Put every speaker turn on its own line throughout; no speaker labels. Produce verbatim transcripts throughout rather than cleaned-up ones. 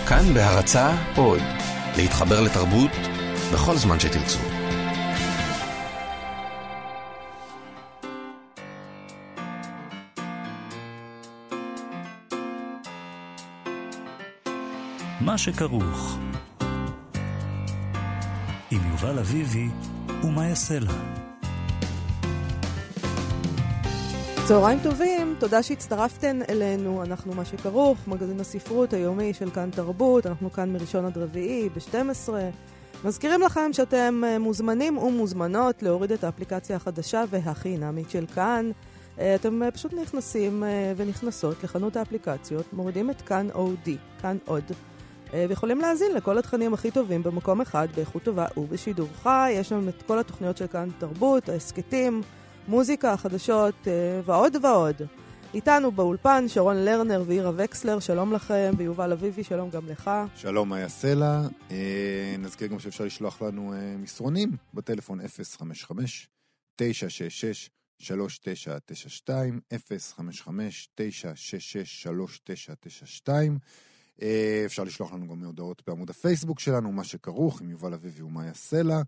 כאן בהרצאה עוד, להתחבר לתרבות בכל זמן שתרצו.
מה שכרוך עם יובל אביבי ומה יעשה לה.
צהריים טובים, תודה שהצטרפתן אלינו. אנחנו מה שכרוך, מגזין הספרות היומי של כאן תרבות. אנחנו כאן מראשון עד רביעי ב-שתים עשרה. מזכירים לכם שאתם מוזמנים ומוזמנות להוריד את האפליקציה החדשה והחינמית של כאן. אתם פשוט נכנסים ונכנסות לחנות האפליקציות, מורידים את כאן אודי, כאן עוד, ויכולים להזין לכל התכנים הכי טובים במקום אחד, באיכות טובה ובשידור חי. יש לנו את כל התוכניות של כאן תרבות, העסקתים, מוזיקה, חדשות ועוד ועוד. איתנו באולפן שרון לרנר ואירה וקסלר, שלום לכם, ויובל אביבי, שלום גם לך.
שלום, מה יעשה לה. אה, נזכיר גם שאפשר לשלוח לנו אה, מסרונים בטלפון אפס חמש חמש תשע שש שש שלוש תשע תשע שתיים, אפס חמש חמש תשע שש שש שלוש תשע תשע שתיים. אה, אפשר לשלוח לנו גם הודעות בעמוד הפייסבוק שלנו, מה שכרוך, עם יובל אביבי ומה יעשה לה.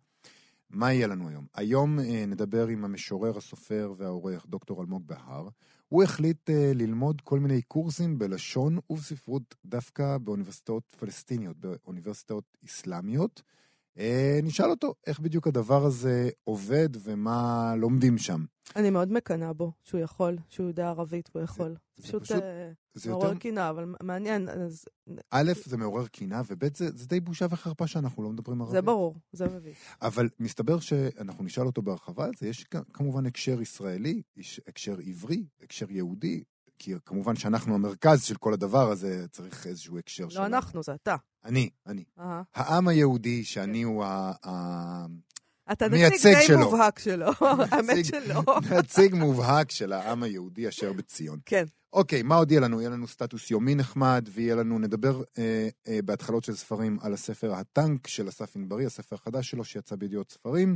מה יהיה לנו היום? היום אה, נדבר עם המשורר, הסופר והעורך דוקטור אלמוג בהר. הוא החליט אה, ללמוד כל מיני קורסים בלשון ובספרות דווקא באוניברסיטאות פלסטיניות, באוניברסיטאות אסלאמיות. אה, נשאל אותו איך בדיוק הדבר הזה עובד ומה לומדים שם. אני
מאוד מקנה בו שהוא יכול, שהוא יודע ערבית והוא יכול. זה, זה פשוט, פשוט אה, זה מעורר יותר... קינה, אבל מעניין. אז...
א', זה מעורר קינה, וב', זה, זה די בושה וחרפה שאנחנו לא מדברים ערבית.
זה ברור, זה מביא.
אבל מסתבר שאנחנו נשאל אותו בהרחבה על זה, יש כמובן הקשר ישראלי, הקשר עברי, הקשר יהודי, כי כמובן שאנחנו המרכז של כל הדבר הזה, צריך איזשהו הקשר שלנו.
לא אנחנו, זה אתה.
אני, אני.
Uh-huh.
העם היהודי, שאני הוא ה... ה...
אתה נציג די מובהק שלו, האמת שלו.
נציג מובהק של העם היהודי אשר בציון.
כן.
אוקיי, מה עוד יהיה לנו? יהיה לנו סטטוס יומי נחמד, ויהיה לנו, נדבר אה, אה, בהתחלות של ספרים על הספר הטנק של אסף ענברי, הספר החדש שלו שיצא בידיעות ספרים,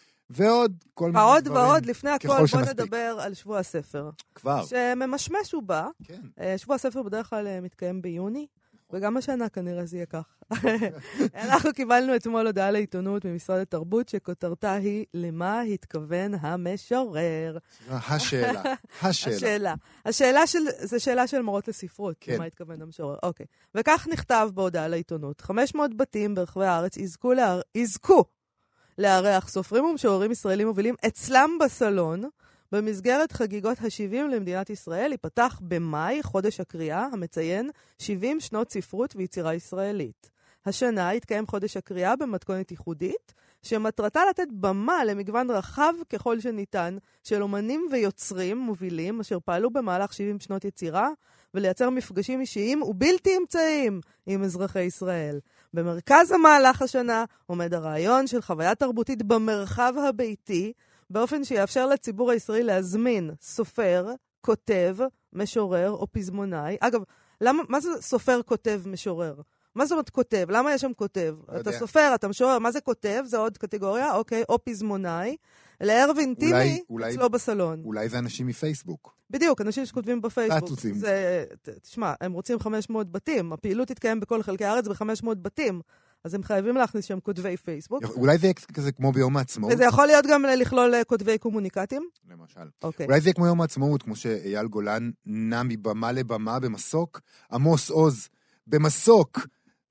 ועוד כל מיני
ועוד
דברים.
ועוד, לפני הכל בוא שנספיק. נדבר על שבוע הספר.
כבר.
שממשמש הוא בא.
כן.
שבוע הספר בדרך כלל מתקיים ביוני. וגם השנה כנראה זה יהיה כך. אנחנו קיבלנו אתמול הודעה לעיתונות ממשרד התרבות, שכותרתה היא, למה התכוון המשורר?
השאלה. השאלה.
השאלה. השאלה של, זה שאלה של מורות לספרות, כן. למה התכוון המשורר. אוקיי. וכך נכתב בהודעה לעיתונות, חמש מאות בתים ברחבי הארץ יזכו, להר... יזכו לארח סופרים ומשוררים ישראלים מובילים אצלם בסלון, במסגרת חגיגות ה-שבעים למדינת ישראל, ייפתח במאי חודש הקריאה המציין שבעים שנות ספרות ויצירה ישראלית. השנה יתקיים חודש הקריאה במתכונת ייחודית, שמטרתה לתת במה למגוון רחב ככל שניתן של אומנים ויוצרים מובילים, אשר פעלו במהלך שבעים שנות יצירה, ולייצר מפגשים אישיים ובלתי אמצעיים עם אזרחי ישראל. במרכז המהלך השנה עומד הרעיון של חוויה תרבותית במרחב הביתי, באופן שיאפשר לציבור הישראלי להזמין סופר, כותב, משורר או פזמונאי. אגב, למה, מה זה סופר, כותב, משורר? מה זאת אומרת כותב? למה יש שם כותב? אתה סופר, אתה משורר, מה זה כותב? זה עוד קטגוריה, אוקיי, או פזמונאי. לערב אינטימי, אצלו בסלון.
אולי זה אנשים מפייסבוק.
בדיוק, אנשים שכותבים בפייסבוק.
סטטוסים.
זה, תשמע, הם רוצים חמש מאות בתים. הפעילות תתקיים בכל חלקי הארץ ב-חמש מאות בתים. אז הם חייבים להכניס שם כותבי פייסבוק.
אולי זה יהיה כזה כמו ביום העצמאות.
וזה יכול להיות גם לכלול כותבי קומוניקטים?
למשל.
אוקיי.
אולי זה יהיה כמו יום העצמאות, כמו שאייל גולן נע מבמה לבמה במסוק, עמוס עוז במסוק,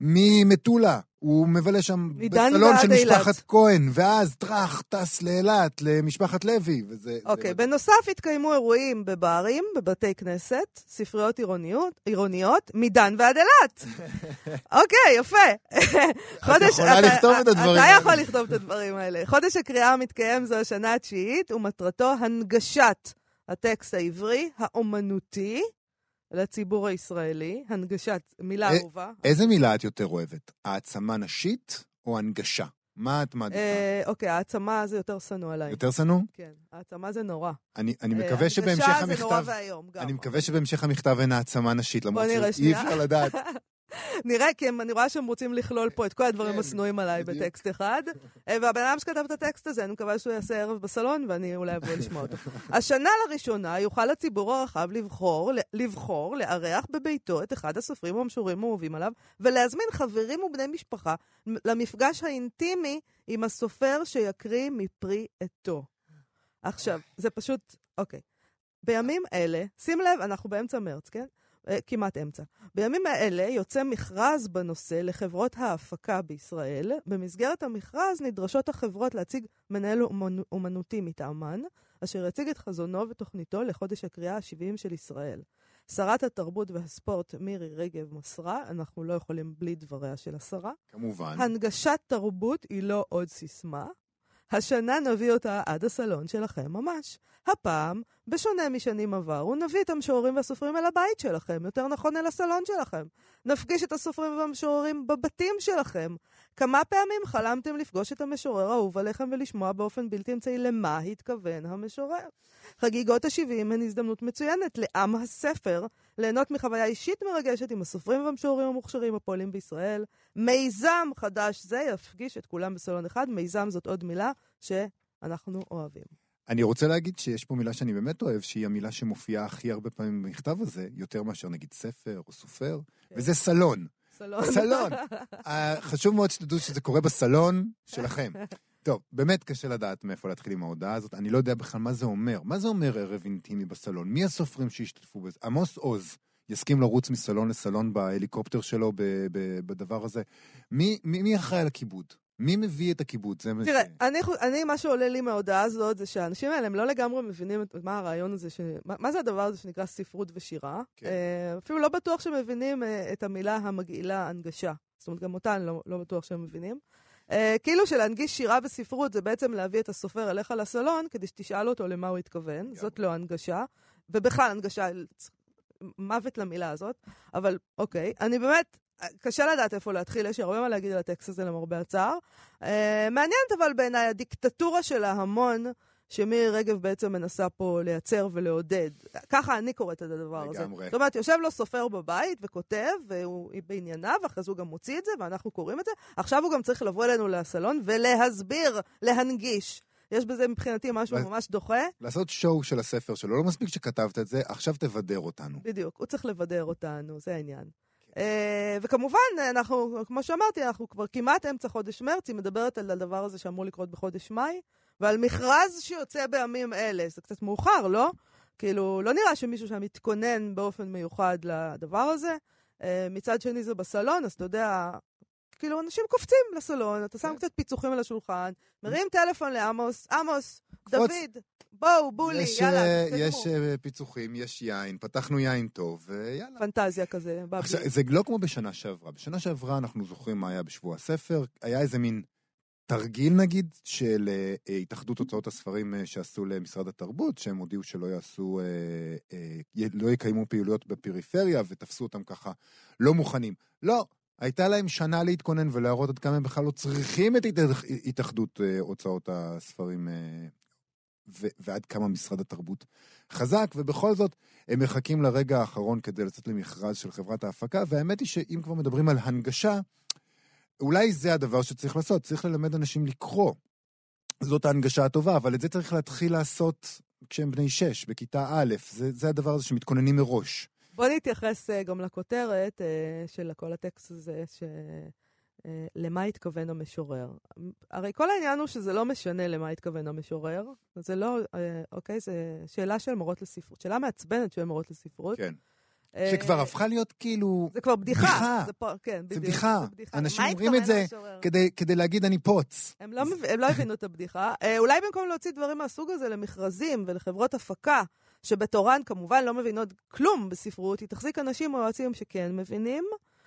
ממטולה. הוא מבלה שם בסלון של משפחת כהן, ואז טרח, טס לאילת, למשפחת לוי. וזה,
אוקיי,
זה...
בנוסף התקיימו אירועים בברים, בבתי כנסת, ספריות עירוניות, עירוניות, מדן ועד אילת. אוקיי, יפה.
את יכולה לכתוב את הדברים האלה.
אתה יכול לכתוב את הדברים האלה. חודש הקריאה המתקיים זו השנה התשיעית, ומטרתו הנגשת הטקסט העברי, האומנותי, לציבור הישראלי, הנגשת, מילה אהובה.
איזה מילה את יותר אוהבת? העצמה נשית או הנגשה? מה את מעדיפה?
אוקיי, העצמה זה יותר שנוא עליי.
יותר שנוא?
כן, העצמה זה נורא.
אני מקווה שבהמשך המכתב...
הנגשה זה נורא והיום גם.
אני מקווה שבהמשך המכתב אין העצמה נשית, למרות
שאי
אפשר לדעת.
נראה, כי אני רואה שהם רוצים לכלול פה את כל הדברים הסנויים עליי בטקסט אחד, והבן אדם שכתב את הטקסט הזה, אני מקווה שהוא יעשה ערב בסלון, ואני אולי אבוא לשמוע אותו. השנה לראשונה יוכל הציבור הרחב לבחור, לבחור, לארח בביתו את אחד הסופרים המשוררים האהובים עליו, ולהזמין חברים ובני משפחה למפגש האינטימי עם הסופר שיקריא מפרי עטו. עכשיו, זה פשוט, אוקיי. בימים אלה, שים לב, אנחנו באמצע מרץ, כן? כמעט אמצע. בימים האלה יוצא מכרז בנושא לחברות ההפקה בישראל. במסגרת המכרז נדרשות החברות להציג מנהל אומנותי מטעמן, אשר יציג את חזונו ותוכניתו לחודש הקריאה ה-שבעים של ישראל. שרת התרבות והספורט מירי רגב מסרה, אנחנו לא יכולים בלי דבריה של השרה.
כמובן.
הנגשת תרבות היא לא עוד סיסמה. השנה נביא אותה עד הסלון שלכם ממש. הפעם, בשונה משנים עברו, נביא את המשוררים והסופרים אל הבית שלכם, יותר נכון אל הסלון שלכם. נפגיש את הסופרים והמשוררים בבתים שלכם. כמה פעמים חלמתם לפגוש את המשורר האהוב עליכם ולשמוע באופן בלתי אמצעי למה התכוון המשורר? חגיגות ה-שבעים הן הזדמנות מצוינת לעם הספר, ליהנות מחוויה אישית מרגשת עם הסופרים והמשוררים המוכשרים הפועלים בישראל. מיזם חדש זה יפגיש את כולם בסלון אחד. מיזם זאת עוד מילה שאנחנו אוהבים.
אני רוצה להגיד שיש פה מילה שאני באמת אוהב, שהיא המילה שמופיעה הכי הרבה פעמים במכתב הזה, יותר מאשר נגיד ספר או סופר, וזה סלון.
סלון.
סלון. חשוב מאוד שתדעו שזה קורה בסלון שלכם. טוב, באמת קשה לדעת מאיפה להתחיל עם ההודעה הזאת. אני לא יודע בכלל מה זה אומר. מה זה אומר ערב אינטימי בסלון? מי הסופרים שהשתתפו בזה? עמוס עוז יסכים לרוץ מסלון לסלון בהליקופטר שלו בדבר הזה. מי, מי, מי אחראי על הכיבוד? מי מביא את הכיבוד?
תראה, אני, אני, מה שעולה לי מההודעה הזאת, זה שהאנשים האלה הם לא לגמרי מבינים את, מה הרעיון הזה, ש, מה, מה זה הדבר הזה שנקרא ספרות ושירה. כן. אפילו לא בטוח שמבינים את המילה המגעילה, הנגשה. זאת אומרת, גם אותה אני לא, לא בטוח שהם מבינים. כאילו שלהנגיש שירה וספרות זה בעצם להביא את הסופר אליך לסלון, כדי שתשאל אותו למה הוא התכוון. זאת לא הנגשה. ובכלל, הנגשה, מוות למילה הזאת. אבל אוקיי, אני באמת... קשה לדעת איפה להתחיל, יש הרבה מה להגיד על הטקסט הזה למרבה הצער. Uh, מעניינת אבל בעיניי הדיקטטורה של ההמון, שמירי רגב בעצם מנסה פה לייצר ולעודד. ככה אני קוראת את הדבר הזה. זאת אומרת, יושב לו סופר בבית וכותב, והוא בענייניו, ואחרי זה הוא גם מוציא את זה, ואנחנו קוראים את זה. עכשיו הוא גם צריך לבוא אלינו לסלון ולהסביר, להנגיש. יש בזה מבחינתי משהו ממש דוחה. לעשות
שואו של הספר שלו, לא מספיק שכתבת את זה, עכשיו תבדר אותנו.
בדיוק, הוא צריך לבדר אותנו, זה העניין. וכמובן, אנחנו, כמו שאמרתי, אנחנו כבר כמעט אמצע חודש מרץ, היא מדברת על הדבר הזה שאמור לקרות בחודש מאי, ועל מכרז שיוצא בימים אלה. זה קצת מאוחר, לא? כאילו, לא נראה שמישהו שם מתכונן באופן מיוחד לדבר הזה. מצד שני זה בסלון, אז אתה יודע, כאילו, אנשים קופצים לסלון, אתה שם קצת פיצוחים על השולחן, מרים טלפון לעמוס, עמוס, דוד, בואו, בולי, יאללה.
יש פיצוחים, יש יין, פתחנו יין טוב, ויאללה.
פנטזיה כזה, בבלי.
זה לא כמו בשנה שעברה. בשנה שעברה אנחנו זוכרים מה היה בשבוע הספר, היה איזה מין תרגיל נגיד, של התאחדות הוצאות הספרים שעשו למשרד התרבות, שהם הודיעו שלא יעשו, לא יקיימו פעילויות בפריפריה, ותפסו אותם ככה לא מוכנים. לא. הייתה להם שנה להתכונן ולהראות עד כמה הם בכלל לא צריכים את התאחדות הוצאות הספרים ועד כמה משרד התרבות חזק, ובכל זאת הם מחכים לרגע האחרון כדי לצאת למכרז של חברת ההפקה, והאמת היא שאם כבר מדברים על הנגשה, אולי זה הדבר שצריך לעשות, צריך ללמד אנשים לקרוא. זאת ההנגשה הטובה, אבל את זה צריך להתחיל לעשות כשהם בני שש, בכיתה א', זה, זה הדבר הזה שמתכוננים מראש.
בוא נתייחס גם לכותרת של כל הטקסט הזה, למה התכוון המשורר. הרי כל העניין הוא שזה לא משנה למה התכוון המשורר. זה לא, אוקיי, זה שאלה של מורות לספרות. שאלה מעצבנת של מורות לספרות.
כן. שכבר הפכה להיות כאילו...
זה כבר בדיחה.
בדיחה.
זה, פה, כן,
זה בדיחה. אנשים אומרים את זה כדי, כדי להגיד אני פוץ.
הם לא, הם לא הבינו את הבדיחה. אולי במקום להוציא דברים מהסוג הזה למכרזים ולחברות הפקה, שבתורן כמובן לא מבינות כלום בספרות, היא תחזיק אנשים או יועצים שכן מבינים.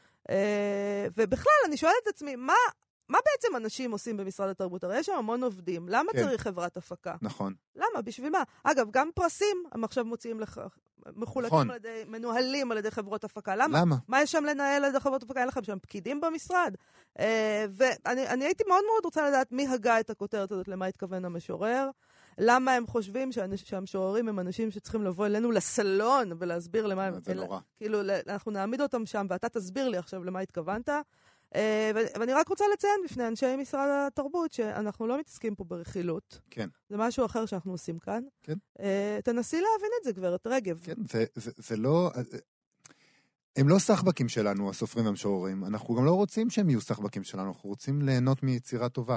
ובכלל, אני שואלת את עצמי, מה, מה בעצם אנשים עושים במשרד התרבות? הרי יש שם המון עובדים. למה כן. צריך חברת הפקה?
נכון.
למה? בשביל מה? אגב, גם פרסים הם עכשיו מוציאים לך, מחולקים נכון. על ידי, מנוהלים על ידי חברות הפקה. למה?
למה?
מה יש שם לנהל על ידי חברות הפקה? אין לכם שם פקידים במשרד. ואני אני הייתי מאוד מאוד רוצה לדעת מי הגה את הכותרת הזאת, למה התכוון המשורר. למה הם חושבים שהמשוררים הם אנשים שצריכים לבוא אלינו לסלון ולהסביר למה הם...
זה נורא.
כאילו, אנחנו נעמיד אותם שם, ואתה תסביר לי עכשיו למה התכוונת. ואני רק רוצה לציין בפני אנשי משרד התרבות, שאנחנו לא מתעסקים פה ברכילות.
כן.
זה משהו אחר שאנחנו עושים כאן.
כן.
תנסי להבין את זה, גברת רגב.
כן, זה לא... הם לא סחבקים שלנו, הסופרים והמשוררים. אנחנו גם לא רוצים שהם יהיו סחבקים שלנו, אנחנו רוצים ליהנות מיצירה טובה.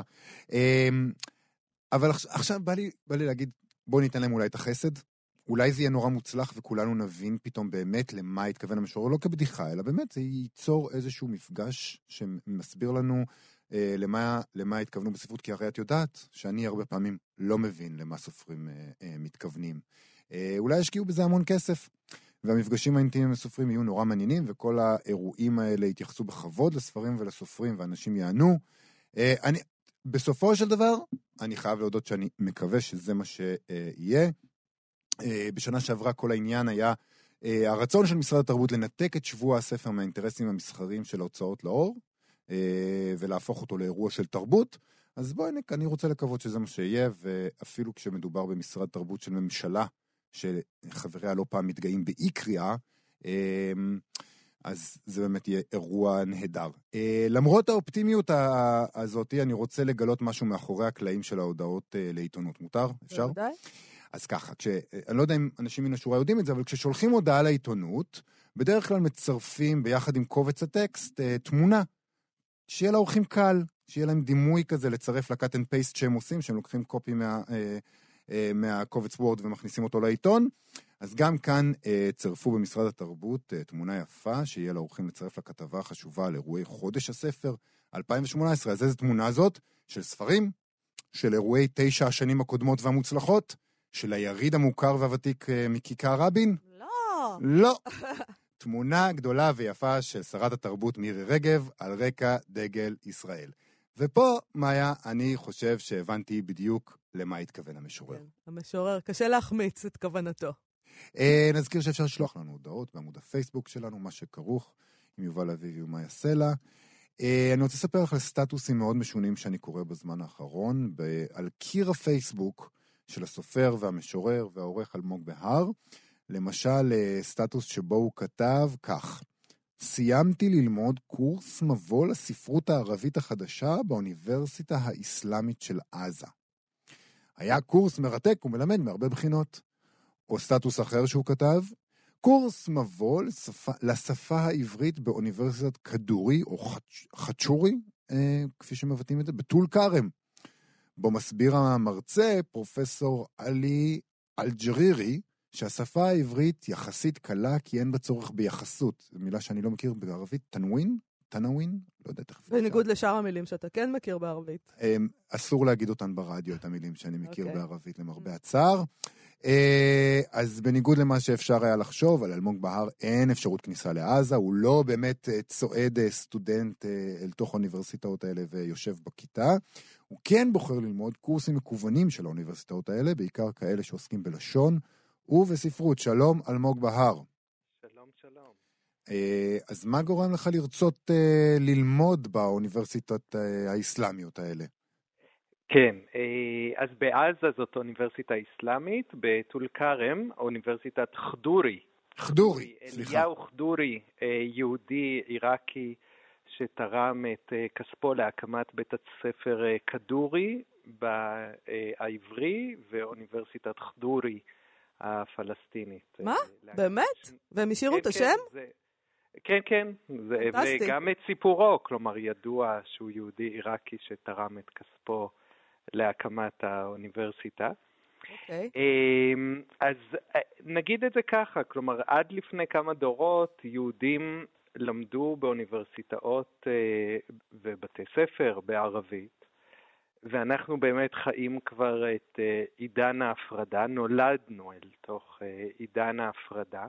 אבל עכשיו בא לי, בא לי להגיד, בוא ניתן להם אולי את החסד. אולי זה יהיה נורא מוצלח וכולנו נבין פתאום באמת למה התכוון המשורר, לא כבדיחה, אלא באמת זה ייצור איזשהו מפגש שמסביר לנו אה, למה, למה התכוונו בספרות, כי הרי את יודעת שאני הרבה פעמים לא מבין למה סופרים אה, אה, מתכוונים. אה, אולי ישקיעו בזה המון כסף. והמפגשים האינטימיים הסופרים יהיו נורא מעניינים, וכל האירועים האלה יתייחסו בכבוד לספרים ולסופרים, ואנשים יענו. אני, בסופו של דבר, אני חייב להודות שאני מקווה שזה מה שיהיה. בשנה שעברה כל העניין היה הרצון של משרד התרבות לנתק את שבוע הספר מהאינטרסים המסחריים של ההוצאות לאור, ולהפוך אותו לאירוע של תרבות. אז בואי, אני רוצה לקוות שזה מה שיהיה, ואפילו כשמדובר במשרד תרבות של ממשלה, שחבריה לא פעם מתגאים באי קריאה, אז זה באמת יהיה אירוע נהדר. למרות האופטימיות הזאת, אני רוצה לגלות משהו מאחורי הקלעים של ההודעות לעיתונות. מותר? אפשר?
בוודאי.
אז ככה, כש, אני לא יודע אם אנשים מן השורה יודעים את זה, אבל כששולחים הודעה לעיתונות, בדרך כלל מצרפים ביחד עם קובץ הטקסט תמונה, שיהיה לאורחים קל, שיהיה להם דימוי כזה לצרף לקאט אנד פייסט שהם עושים, שהם לוקחים קופי מה... מהקובץ וורד ומכניסים אותו לעיתון. אז גם כאן צרפו במשרד התרבות תמונה יפה שיהיה לאורחים לצרף לכתבה החשובה על אירועי חודש הספר אלפיים ושמונה עשרה. אז איזה תמונה הזאת? של ספרים, של אירועי תשע השנים הקודמות והמוצלחות, של היריד המוכר והוותיק מכיכר רבין?
לא.
לא. תמונה גדולה ויפה של שרת התרבות מירי רגב על רקע דגל ישראל. ופה, מאיה, אני חושב שהבנתי בדיוק למה התכוון המשורר.
כן, המשורר, קשה להחמיץ את כוונתו.
אה, נזכיר שאפשר לשלוח לנו הודעות בעמוד הפייסבוק שלנו, מה שכרוך עם יובל אביבי ומאיה סלע. אה, אני רוצה לספר לך על סטטוסים מאוד משונים שאני קורא בזמן האחרון, ב- על קיר הפייסבוק של הסופר והמשורר והעורך אלמוג בהר. למשל, סטטוס שבו הוא כתב כך: סיימתי ללמוד קורס מבוא לספרות הערבית החדשה באוניברסיטה האסלאמית של עזה. היה קורס מרתק ומלמד מהרבה בחינות. או סטטוס אחר שהוא כתב, קורס מבוא לשפה, לשפה העברית באוניברסיטת כדורי או חצ, חצ'ורי, אה, כפי שמבטאים את זה, בטול כרם. בו מסביר המרצה, פרופסור עלי אלג'רירי, שהשפה העברית יחסית קלה, כי אין בצורך ביחסות. זו מילה שאני לא מכיר בערבית, תנווין? תנווין? לא יודע תכף.
בניגוד לשאר המילים שאתה כן מכיר בערבית.
אסור להגיד אותן ברדיו, את המילים שאני מכיר
okay.
בערבית, למרבה הצער. אז בניגוד למה שאפשר היה לחשוב, על אלמוג בהר אין אפשרות כניסה לעזה, הוא לא באמת צועד סטודנט אל תוך האוניברסיטאות האלה ויושב בכיתה. הוא כן בוחר ללמוד קורסים מקוונים של האוניברסיטאות האלה, בעיקר כאלה שעוסקים בלשון, ובספרות. שלום, אלמוג בהר.
שלום, שלום.
אז מה גורם לך לרצות ללמוד באוניברסיטות האסלאמיות האלה?
כן, אז בעזה זאת אוניברסיטה אסלאמית, בטול כרם, אוניברסיטת חדורי.
חדורי, סליחה.
אליהו חדורי, יהודי עיראקי, שתרם את כספו להקמת בית הספר כדורי בעברי, ואוניברסיטת חדורי הפלסטינית.
מה? באמת? והם השאירו את השם?
כן, כן. וגם את סיפורו, כלומר ידוע שהוא יהודי עיראקי שתרם את כספו להקמת האוניברסיטה.
אוקיי.
אז נגיד את זה ככה, כלומר עד לפני כמה דורות יהודים למדו באוניברסיטאות ובתי ספר בערבית, ואנחנו באמת חיים כבר את עידן ההפרדה, נולדנו אל תוך עידן ההפרדה,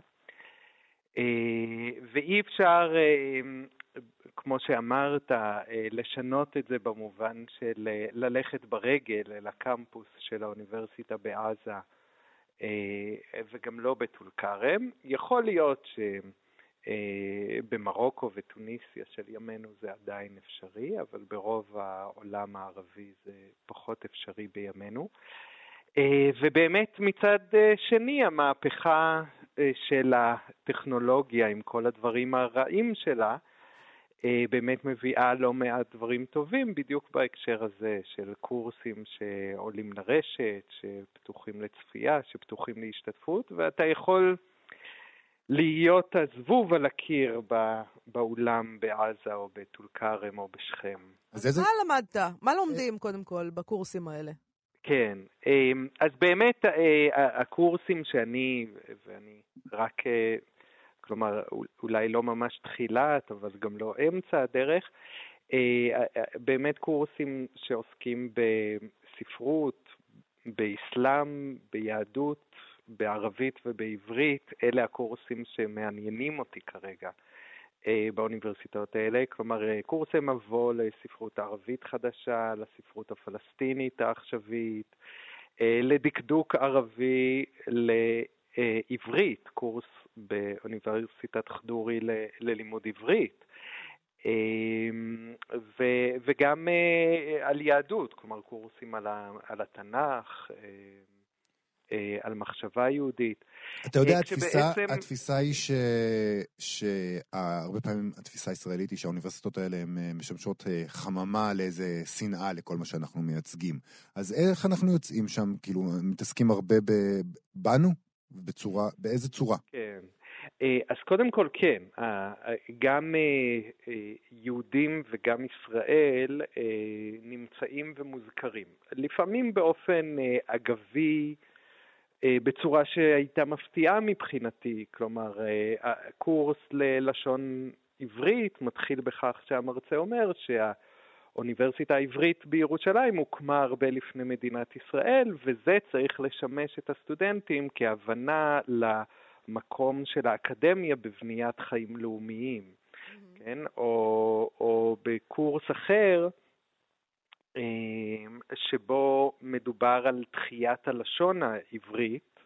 ואי אפשר, כמו שאמרת, לשנות את זה במובן של ללכת ברגל אל הקמפוס של האוניברסיטה בעזה, וגם לא בטול כרם. יכול להיות ש... במרוקו וטוניסיה של ימינו זה עדיין אפשרי, אבל ברוב העולם הערבי זה פחות אפשרי בימינו. ובאמת מצד שני, המהפכה של הטכנולוגיה עם כל הדברים הרעים שלה, באמת מביאה לא מעט דברים טובים בדיוק בהקשר הזה של קורסים שעולים לרשת, שפתוחים לצפייה, שפתוחים להשתתפות, ואתה יכול להיות הזבוב על הקיר באולם בעזה או בטול כרם או בשכם.
אז מה למדת? מה לומדים קודם כל בקורסים האלה?
כן, אז באמת הקורסים שאני, ואני רק, כלומר אולי לא ממש תחילת, אבל גם לא אמצע הדרך, באמת קורסים שעוסקים בספרות, באסלאם, ביהדות, בערבית ובעברית, אלה הקורסים שמעניינים אותי כרגע באוניברסיטאות האלה, כלומר קורסי מבוא לספרות ערבית חדשה, לספרות הפלסטינית העכשווית, לדקדוק ערבי, לעברית, קורס באוניברסיטת חדורי ללימוד עברית, וגם על יהדות, כלומר קורסים על התנ"ך, על מחשבה יהודית.
אתה יודע, התפיסה, התפיסה היא ש, שהרבה פעמים התפיסה הישראלית היא שהאוניברסיטאות האלה הן משמשות חממה לאיזה שנאה לכל מה שאנחנו מייצגים. אז איך אנחנו יוצאים שם, כאילו, מתעסקים הרבה בנו? בצורה, באיזה צורה?
כן. אז קודם כל כן, גם יהודים וגם ישראל נמצאים ומוזכרים. לפעמים באופן אגבי, בצורה שהייתה מפתיעה מבחינתי, כלומר, הקורס ללשון עברית מתחיל בכך שהמרצה אומר שהאוניברסיטה העברית בירושלים הוקמה הרבה לפני מדינת ישראל, וזה צריך לשמש את הסטודנטים כהבנה למקום של האקדמיה בבניית חיים לאומיים, mm-hmm. כן? או, או בקורס אחר, שבו מדובר על תחיית הלשון העברית,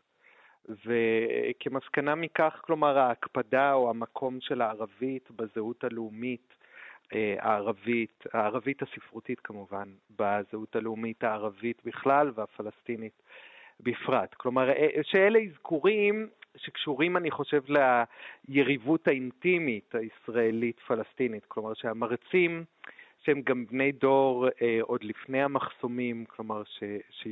וכמסקנה מכך, כלומר, ההקפדה או המקום של הערבית בזהות הלאומית הערבית, הערבית הספרותית כמובן, בזהות הלאומית הערבית בכלל והפלסטינית בפרט. כלומר, שאלה אזכורים שקשורים, אני חושב, ליריבות האינטימית הישראלית-פלסטינית. כלומר, שהמרצים שהם גם בני דור אה, עוד לפני המחסומים, כלומר ש,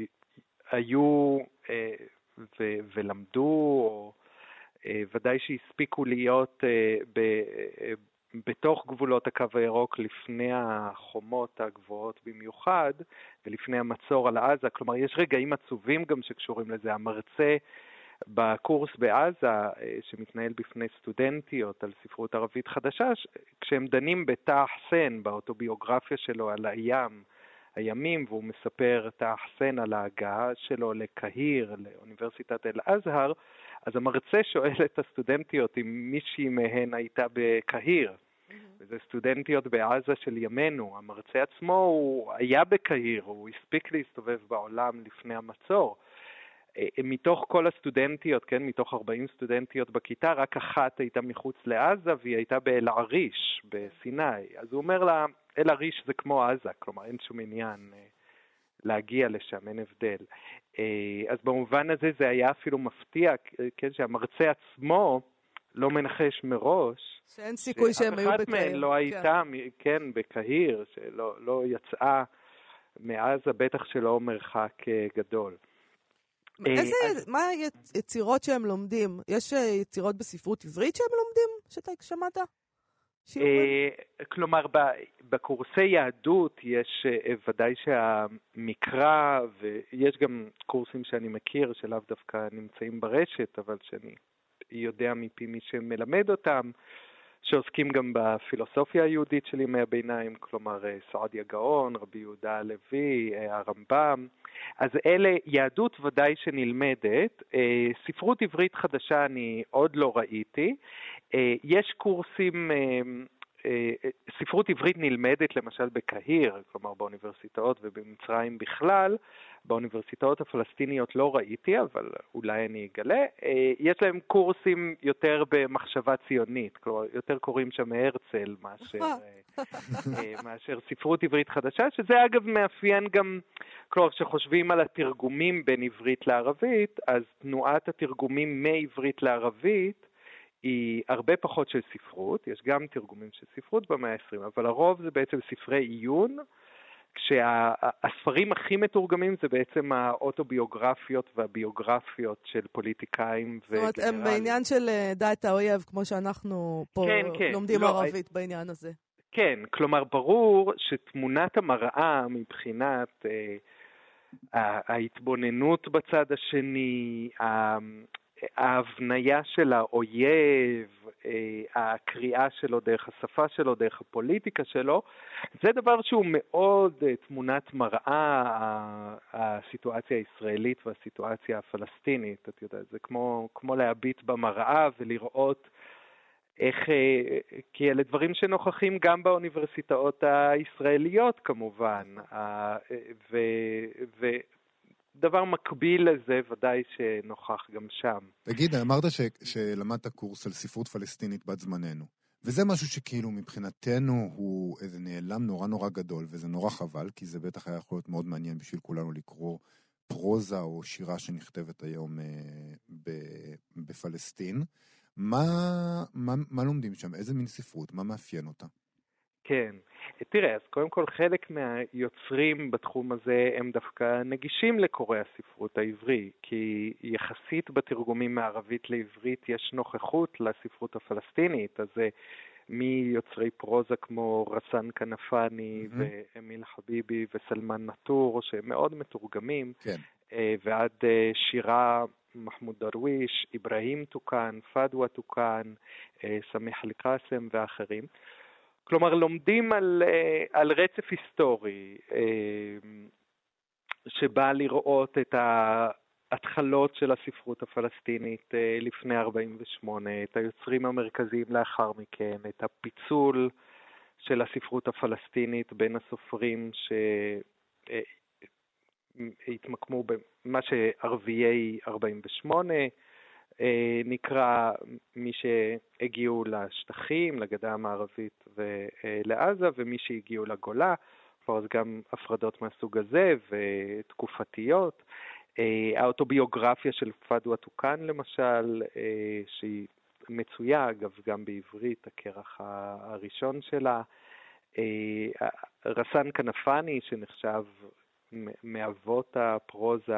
שהיו אה, ו, ולמדו, או אה, ודאי שהספיקו להיות אה, ב, אה, בתוך גבולות הקו הירוק לפני החומות הגבוהות במיוחד, ולפני המצור על עזה. כלומר, יש רגעים עצובים גם שקשורים לזה. המרצה בקורס בעזה, שמתנהל בפני סטודנטיות על ספרות ערבית חדשה, כשהם דנים בתא חסן, באוטוביוגרפיה שלו על הים, הימים, והוא מספר תא חסן על ההגעה שלו לקהיר, לאוניברסיטת אל-אזהר, אז המרצה שואל את הסטודנטיות אם מישהי מהן הייתה בקהיר, mm-hmm. וזה סטודנטיות בעזה של ימינו. המרצה עצמו הוא היה בקהיר, הוא הספיק להסתובב בעולם לפני המצור. מתוך כל הסטודנטיות, כן, מתוך ארבעים סטודנטיות בכיתה, רק אחת הייתה מחוץ לעזה, והיא הייתה באל-עריש, בסיני. אז הוא אומר לה, אל-עריש זה כמו עזה, כלומר אין שום עניין להגיע לשם, אין הבדל. אז במובן הזה זה היה אפילו מפתיע, כן, שהמרצה עצמו לא מנחש מראש.
שאין סיכוי שהם היו בקהיר.
שאף אחת מהן לא הייתה, כן, בקהיר, שלא לא יצאה מעזה, בטח שלא מרחק גדול.
איזה, מה היצירות שהם לומדים? יש יצירות בספרות עברית שהם לומדים, שאתה שמעת?
כלומר, בקורסי יהדות יש ודאי שהמקרא, ויש גם קורסים שאני מכיר שלאו דווקא נמצאים ברשת, אבל שאני יודע מפי מי שמלמד אותם, שעוסקים גם בפילוסופיה היהודית של ימי הביניים, כלומר סעדיה גאון, רבי יהודה הלוי, הרמב"ם. אז אלה יהדות ודאי שנלמדת. ספרות עברית חדשה אני עוד לא ראיתי. יש קורסים, ספרות עברית נלמדת למשל בקהיר, כלומר באוניברסיטאות ובמצרים בכלל, באוניברסיטאות הפלסטיניות לא ראיתי, אבל אולי אני אגלה. יש להם קורסים יותר במחשבה ציונית, כלומר, יותר קוראים שם הרצל מאשר, מאשר ספרות עברית חדשה, שזה אגב מאפיין גם, כלומר, כשחושבים על התרגומים בין עברית לערבית, אז תנועת התרגומים מעברית לערבית היא הרבה פחות של ספרות, יש גם תרגומים של ספרות במאה ה-עשרים, אבל הרוב זה בעצם ספרי עיון, כשהספרים הכי מתורגמים זה בעצם האוטוביוגרפיות והביוגרפיות של פוליטיקאים וגנרלים. זאת אומרת, הם
בעניין של דע את האויב, כמו שאנחנו פה כן, כן. לומדים לא, ערבית I... בעניין הזה.
כן, כלומר ברור שתמונת המראה מבחינת אה, ההתבוננות בצד השני, ההבניה של האויב, הקריאה שלו דרך השפה שלו, דרך הפוליטיקה שלו, זה דבר שהוא מאוד תמונת מראה, הסיטואציה הישראלית והסיטואציה הפלסטינית. את יודעת, זה כמו, כמו להביט במראה ולראות איך, כי אלה דברים שנוכחים גם באוניברסיטאות הישראליות כמובן, ו... ו דבר מקביל לזה ודאי שנוכח גם שם.
תגיד, אמרת ש, שלמדת קורס על ספרות פלסטינית בת זמננו, וזה משהו שכאילו מבחינתנו הוא איזה נעלם נורא נורא גדול, וזה נורא חבל, כי זה בטח היה יכול להיות מאוד מעניין בשביל כולנו לקרוא פרוזה או שירה שנכתבת היום אה, ב, בפלסטין. מה, מה, מה לומדים שם? איזה מין ספרות? מה מאפיין אותה?
כן, תראה, אז קודם כל חלק מהיוצרים בתחום הזה הם דווקא נגישים לקוראי הספרות העברי, כי יחסית בתרגומים מערבית לעברית יש נוכחות לספרות הפלסטינית, אז זה מיוצרי פרוזה כמו רסן כנפני mm-hmm. ואמיל חביבי וסלמן נטור, שהם מאוד מתורגמים, כן. ועד שירה מחמוד דרוויש, איברהים טוקן, פדווה טוקן, סמיח אל-קאסם ואחרים. כלומר, לומדים על, על רצף היסטורי, שבא לראות את ההתחלות של הספרות הפלסטינית לפני ארבעים ושמונה, את היוצרים המרכזיים לאחר מכן, את הפיצול של הספרות הפלסטינית בין הסופרים שהתמקמו במה שערביי ארבעים ושמונה, נקרא מי שהגיעו לשטחים, לגדה המערבית ולעזה, ומי שהגיעו לגולה, כבר אז גם הפרדות מהסוג הזה ותקופתיות. האוטוביוגרפיה של פדווה טוקן למשל, שהיא מצויה אגב גם בעברית, הכרך הראשון שלה. רסן כנפני שנחשב מאבות הפרוזה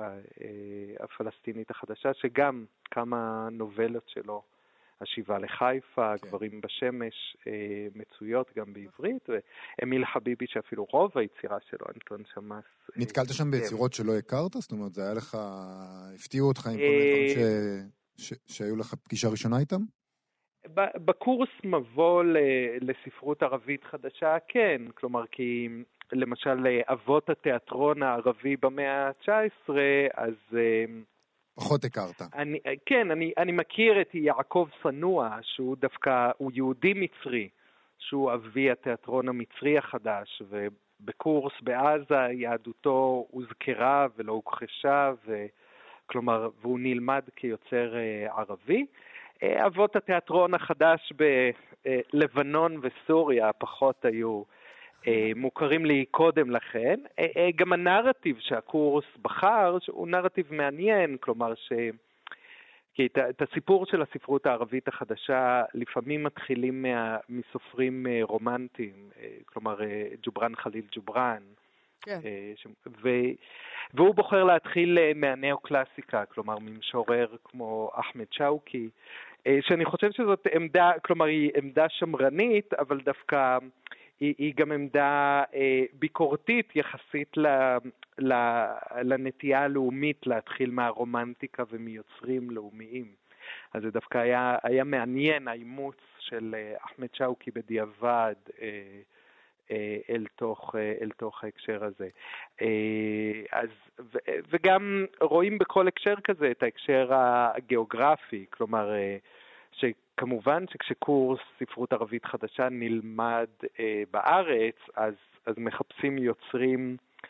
הפלסטינית החדשה, שגם כמה נובלות שלו, השיבה לחיפה, כן. גברים בשמש, מצויות גם בעברית, ואמיל חביבי שאפילו רוב היצירה שלו, אנטון שמאס.
נתקלת שם ביצירות שלא הכרת? זאת אומרת, זה היה לך, הפתיעו אותך עם כל מיני דברים שהיו לך פגישה ראשונה איתם?
בקורס מבוא לספרות ערבית חדשה, כן, כלומר כי למשל אבות התיאטרון הערבי במאה ה-תשע עשרה, אז
פחות הכרת.
אני, כן, אני, אני מכיר את יעקב סנוע, שהוא דווקא, הוא יהודי מצרי, שהוא אבי התיאטרון המצרי החדש, ובקורס בעזה יהדותו הוזכרה ולא הוכחשה, וכלומר, והוא נלמד כיוצר ערבי. אבות התיאטרון החדש בלבנון וסוריה פחות היו מוכרים לי קודם לכן. גם הנרטיב שהקורס בחר, שהוא נרטיב מעניין, כלומר ש... כי את, את הסיפור של הספרות הערבית החדשה לפעמים מתחילים מה, מסופרים רומנטיים, כלומר ג'וברן חליל ג'וברן, כן. ו, והוא בוחר להתחיל מהנאו-קלאסיקה, כלומר ממשורר כמו אחמד שאוקי, שאני חושב שזאת עמדה, כלומר היא עמדה שמרנית, אבל דווקא היא, היא גם עמדה אה, ביקורתית יחסית ל, ל, לנטייה הלאומית להתחיל מהרומנטיקה ומיוצרים לאומיים. אז זה דווקא היה, היה מעניין האימוץ של אה, אחמד שאוקי בדיעבד אה, אה, אל, תוך, אה, אל תוך ההקשר הזה. אה, אז, ו, וגם רואים בכל הקשר כזה את ההקשר הגיאוגרפי, כלומר אה, שכמובן שכשקורס ספרות ערבית חדשה נלמד אה, בארץ, אז, אז מחפשים יוצרים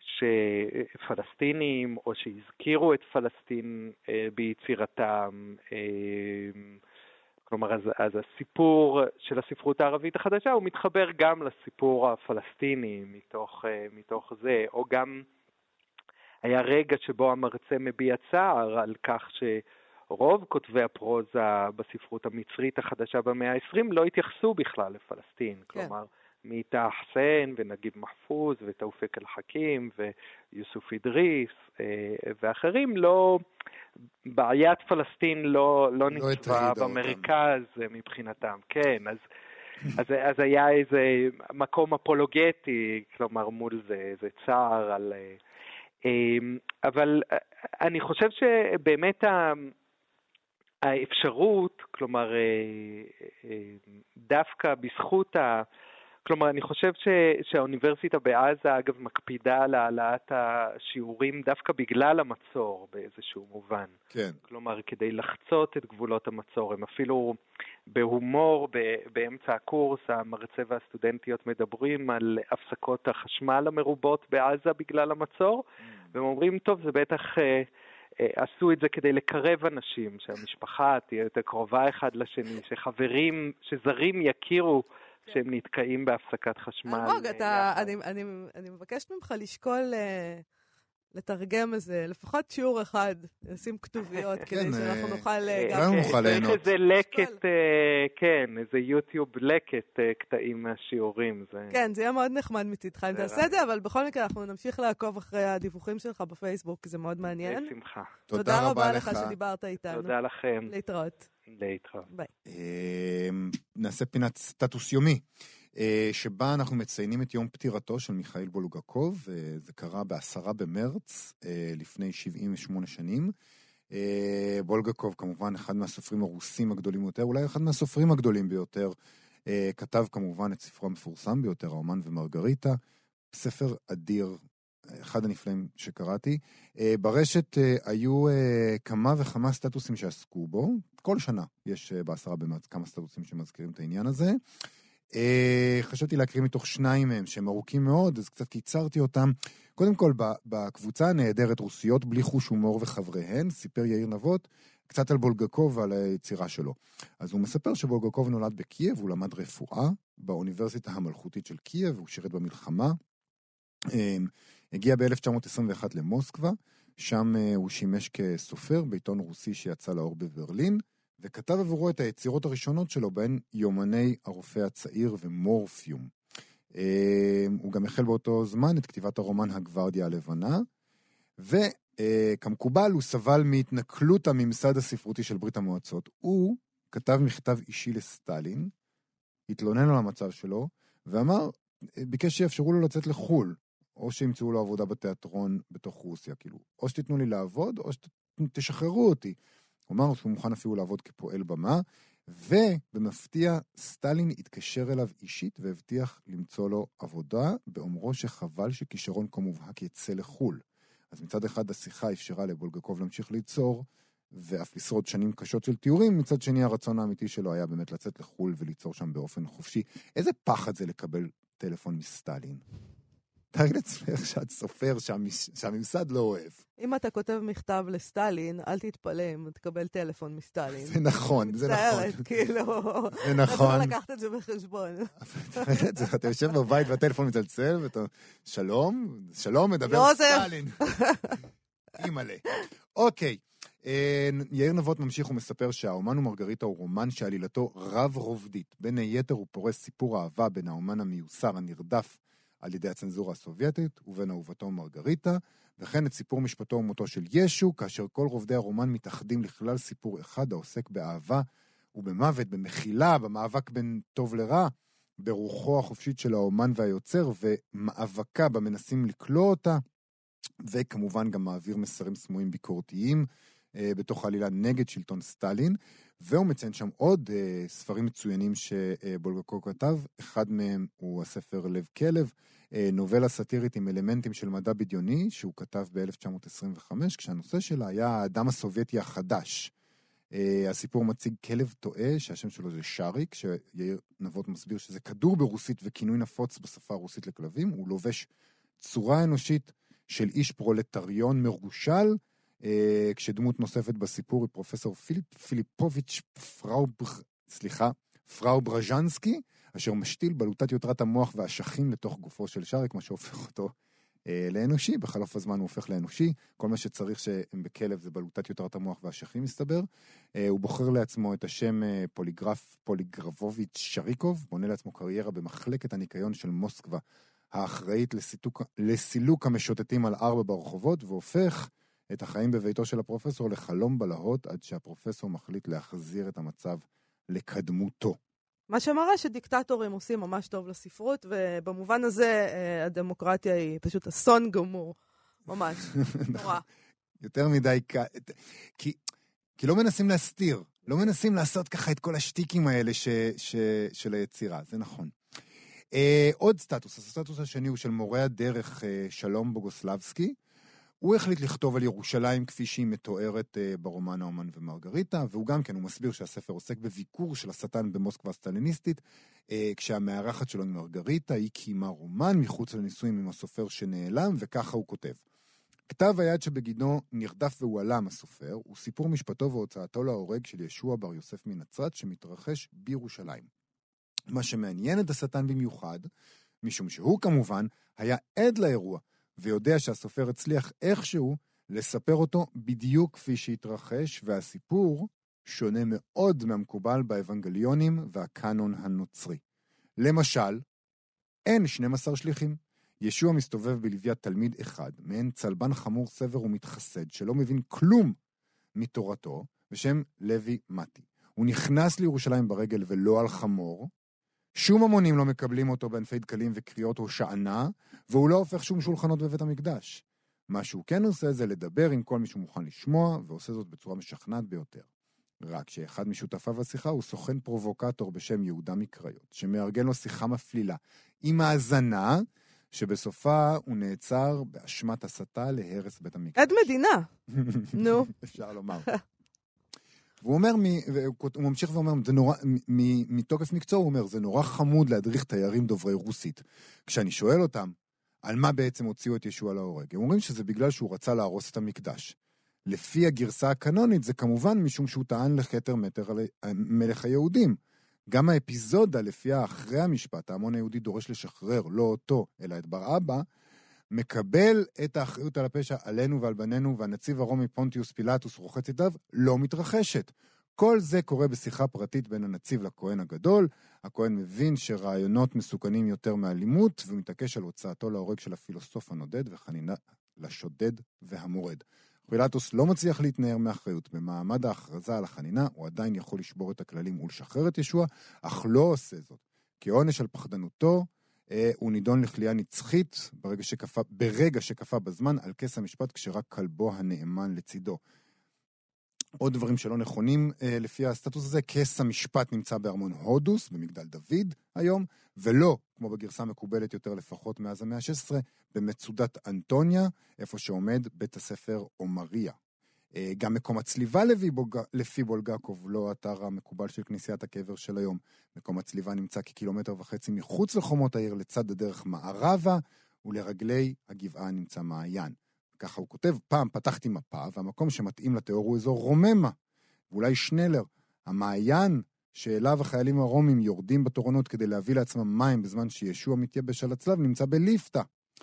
שפלסטינים, או שהזכירו את פלסטין ביצירתם, כלומר, אז, אז הסיפור של הספרות הערבית החדשה, הוא מתחבר גם לסיפור הפלסטיני מתוך, מתוך זה, או גם היה רגע שבו המרצה מביע צער על כך שרוב כותבי הפרוזה בספרות המצרית החדשה במאה ה-עשרים לא התייחסו בכלל לפלסטין, כן. כלומר, מיטה חסן ונגיב מחפוז ותאופק אל-חכים ויוסוף אדריס ואחרים, לא, בעיית פלסטין לא, לא ניצבה במרכז אותם. מבחינתם, כן, אז, אז, אז היה איזה מקום אפולוגטי, כלומר מול זה, איזה צער על... אבל אני חושב שבאמת האפשרות, כלומר דווקא בזכות ה... כלומר, אני חושב ש, שהאוניברסיטה בעזה, אגב, מקפידה על העלאת השיעורים דווקא בגלל המצור באיזשהו מובן.
כן.
כלומר, כדי לחצות את גבולות המצור. הם אפילו בהומור, ב, באמצע הקורס, המרצה והסטודנטיות מדברים על הפסקות החשמל המרובות בעזה בגלל המצור, mm. והם אומרים, טוב, זה בטח... אה, אה, עשו את זה כדי לקרב אנשים, שהמשפחה תהיה יותר קרובה אחד לשני, שחברים, שזרים יכירו, שהם נתקעים בהפסקת חשמל.
אלמוג, אני מבקשת ממך לשקול לתרגם איזה, לפחות שיעור אחד, לשים כתוביות, כדי שאנחנו נוכל
גם נוכל ליהנות.
איזה לקט, כן, איזה יוטיוב לקט קטעים מהשיעורים.
כן, זה יהיה מאוד נחמד מצדך אם תעשה את זה, אבל בכל מקרה אנחנו נמשיך לעקוב אחרי הדיווחים שלך בפייסבוק, זה מאוד מעניין.
בשמחה.
תודה רבה לך שדיברת איתנו.
תודה לכם.
להתראות.
להתראות.
ביי.
נעשה פינת סטטוס יומי, שבה אנחנו מציינים את יום פטירתו של מיכאיל בולגקוב, זה קרה בעשרה במרץ, לפני שבעים ושמונה שנים. בולגקוב כמובן אחד מהסופרים הרוסים הגדולים יותר, אולי אחד מהסופרים הגדולים ביותר, כתב כמובן את ספרו המפורסם ביותר, האומן ומרגריטה, ספר אדיר, אחד הנפלאים שקראתי. ברשת היו כמה וכמה סטטוסים שעסקו בו, כל שנה יש בעשרה במרץ כמה סטטוסים שמזכירים את העניין הזה. חשבתי להקריא מתוך שניים מהם שהם ארוכים מאוד, אז קצת קיצרתי אותם. קודם כל, בקבוצה הנהדרת רוסיות בלי חוש הומור וחבריהן, סיפר יאיר נבות קצת על בולגקוב ועל היצירה שלו. אז הוא מספר שבולגקוב נולד בקייב, הוא למד רפואה באוניברסיטה המלכותית של קייב, הוא שירת במלחמה. הגיע ב-אלף תשע מאות עשרים ואחת למוסקבה, שם הוא שימש כסופר בעיתון רוסי שיצא לאור בברלין, וכתב עבורו את היצירות הראשונות שלו, בהן יומני הרופא הצעיר ומורפיום. הוא גם החל באותו זמן את כתיבת הרומן הגוורדיה הלבנה, וכמקובל הוא סבל מהתנכלות הממסד הספרותי של ברית המועצות. הוא כתב מכתב אישי לסטלין, התלונן על המצב שלו, ואמר, ביקש שיאפשרו לו לצאת לחול, או שימצאו לו עבודה בתיאטרון בתוך רוסיה, כאילו, או שתיתנו לי לעבוד, או שתשחררו אותי. הוא אמר שהוא מוכן אפילו לעבוד כפועל במה, ובמפתיע סטלין התקשר אליו אישית והבטיח למצוא לו עבודה, באומרו שחבל שכישרון כה מובהק יצא לחול. אז מצד אחד השיחה אפשרה לבולגקוב להמשיך ליצור, ואף לשרוד שנים קשות של תיאורים, מצד שני הרצון האמיתי שלו היה באמת לצאת לחול וליצור שם באופן חופשי. איזה פחד זה לקבל טלפון מסטלין? תארי לעצמך שאת סופר שהממסד לא אוהב.
אם אתה כותב מכתב לסטלין, אל תתפלא אם תקבל טלפון מסטלין.
זה נכון, זה נכון.
מצטערת, כאילו.
זה נכון.
אתה צריך לקחת את זה בחשבון.
אתה יושב בבית והטלפון מצלצל, ואתה, שלום, שלום, מדבר סטלין. אימאלה. אוקיי. יאיר נבות ממשיך ומספר שהאומן ומרגריטה הוא רומן שעלילתו רב רובדית. בין היתר הוא פורס סיפור אהבה בין האומן המיוסר הנרדף על ידי הצנזורה הסובייטית ובין אהובתו מרגריטה, וכן את סיפור משפטו ומותו של ישו, כאשר כל רובדי הרומן מתאחדים לכלל סיפור אחד העוסק באהבה ובמוות, במחילה, במאבק בין טוב לרע, ברוחו החופשית של האומן והיוצר, ומאבקה במנסים לקלוא אותה, וכמובן גם מעביר מסרים סמויים ביקורתיים אה, בתוך העלילה נגד שלטון סטלין, והוא מציין שם עוד אה, ספרים מצוינים שבולגקוב כתב, אחד מהם הוא הספר לב כלב, אה, נובלה סאטירית עם אלמנטים של מדע בדיוני, שהוא כתב ב-אלף תשע מאות עשרים וחמש, כשהנושא שלה היה האדם הסובייטי החדש. אה, הסיפור מציג כלב טועה, שהשם שלו זה שריק, שיאיר נבות מסביר שזה כדור ברוסית וכינוי נפוץ בשפה הרוסית לכלבים, הוא לובש צורה אנושית של איש פרולטריון מרושל, אה, כשדמות נוספת בסיפור היא פרופסור פיליפ פיליפוביץ' פראו, סליחה, פראו ברז'נסקי, אשר משתיל בלוטת יותרת המוח והאשכים לתוך גופו של שרק, מה שהופך אותו אה, לאנושי. בחלוף הזמן הוא הופך לאנושי. כל מה שצריך שהם בכלב זה בלוטת יותרת המוח והאשכים, מסתבר. אה, הוא בוחר לעצמו את השם אה, פוליגרף, פוליגרבוביץ' שריקוב, בונה לעצמו קריירה במחלקת הניקיון של מוסקבה, האחראית לסיתוק, לסילוק המשוטטים על ארבע ברחובות, והופך את החיים בביתו של הפרופסור לחלום בלהות, עד שהפרופסור מחליט להחזיר את המצב לקדמותו.
מה שמראה שדיקטטורים עושים ממש טוב לספרות, ובמובן הזה הדמוקרטיה היא פשוט אסון גמור. ממש. נורא.
יותר מדי, כי, כי לא מנסים להסתיר, לא מנסים לעשות ככה את כל השטיקים האלה ש, ש, של היצירה, זה נכון. אה, עוד סטטוס, הסטטוס השני הוא של מורה הדרך אה, שלום בוגוסלבסקי. הוא החליט לכתוב על ירושלים כפי שהיא מתוארת אה, ברומן האומן ומרגריטה, והוא גם כן, הוא מסביר שהספר עוסק בביקור של השטן במוסקבה הסטליניסטית, אה, כשהמארחת שלו עם מרגריטה היא קיימה רומן מחוץ לנישואים עם הסופר שנעלם, וככה הוא כותב. כתב היד שבגינו נרדף והועלם הסופר, הוא סיפור משפטו והוצאתו להורג של ישוע בר יוסף מנצרת, שמתרחש בירושלים. מה שמעניין את השטן במיוחד, משום שהוא כמובן היה עד לאירוע, ויודע שהסופר הצליח איכשהו לספר אותו בדיוק כפי שהתרחש, והסיפור שונה מאוד מהמקובל באבנגליונים והקאנון הנוצרי. למשל, אין שנים עשר שליחים. ישוע מסתובב בלוויית תלמיד אחד, מעין צלבן חמור סבר ומתחסד, שלא מבין כלום מתורתו, בשם לוי מתי. הוא נכנס לירושלים ברגל ולא על חמור, שום המונים לא מקבלים אותו בענפי דקלים וקריאות הושענה, והוא לא הופך שום שולחנות בבית המקדש. מה שהוא כן עושה זה לדבר עם כל מי שהוא מוכן לשמוע, ועושה זאת בצורה משכנעת ביותר. רק שאחד משותפיו השיחה הוא סוכן פרובוקטור בשם יהודה מקריות, שמארגן לו שיחה מפלילה, עם האזנה, שבסופה הוא נעצר באשמת הסתה להרס בית המקדש.
עד מדינה. נו.
אפשר לומר. והוא אומר, הוא ממשיך ואומר, זה נורא, מתוקף מקצוע הוא אומר, זה נורא חמוד להדריך תיירים דוברי רוסית. כשאני שואל אותם, על מה בעצם הוציאו את ישוע להורג? הם אומרים שזה בגלל שהוא רצה להרוס את המקדש. לפי הגרסה הקנונית, זה כמובן משום שהוא טען לכתר מטר על מלך היהודים. גם האפיזודה, לפיה אחרי המשפט, ההמון היהודי דורש לשחרר, לא אותו, אלא את בר אבא, מקבל את האחריות על הפשע עלינו ועל בנינו, והנציב הרומי פונטיוס פילטוס רוחץ ידיו, לא מתרחשת. כל זה קורה בשיחה פרטית בין הנציב לכהן הגדול. הכהן מבין שרעיונות מסוכנים יותר מאלימות, ומתעקש על הוצאתו להורג של הפילוסוף הנודד, וחנינה לשודד והמורד. פילטוס לא מצליח להתנער מאחריות. במעמד ההכרזה על החנינה, הוא עדיין יכול לשבור את הכללים ולשחרר את ישוע, אך לא עושה זאת. כעונש על פחדנותו, הוא נידון לכלייה נצחית ברגע שקפה, ברגע שקפה בזמן על כס המשפט, כשרק כלבו הנאמן לצידו. עוד דברים שלא נכונים לפי הסטטוס הזה, כס המשפט נמצא בארמון הודוס, במגדל דוד היום, ולא, כמו בגרסה מקובלת יותר לפחות מאז המאה ה-שש עשרה, במצודת אנטוניה, איפה שעומד בית הספר אומריה. גם מקום הצליבה לפי בולגקוב, לא האתר המקובל של כנסיית הקבר של היום. מקום הצליבה נמצא כקילומטר וחצי מחוץ לחומות העיר, לצד הדרך מערבה, ולרגלי הגבעה נמצא מעיין. ככה הוא כותב, פעם פתחתי מפה, והמקום שמתאים לתיאור הוא אזור רוממה, ואולי שנלר, המעיין שאליו החיילים הרומים יורדים בתורנות כדי להביא לעצמם מים בזמן שישוע מתייבש על הצלב, נמצא בליפתא.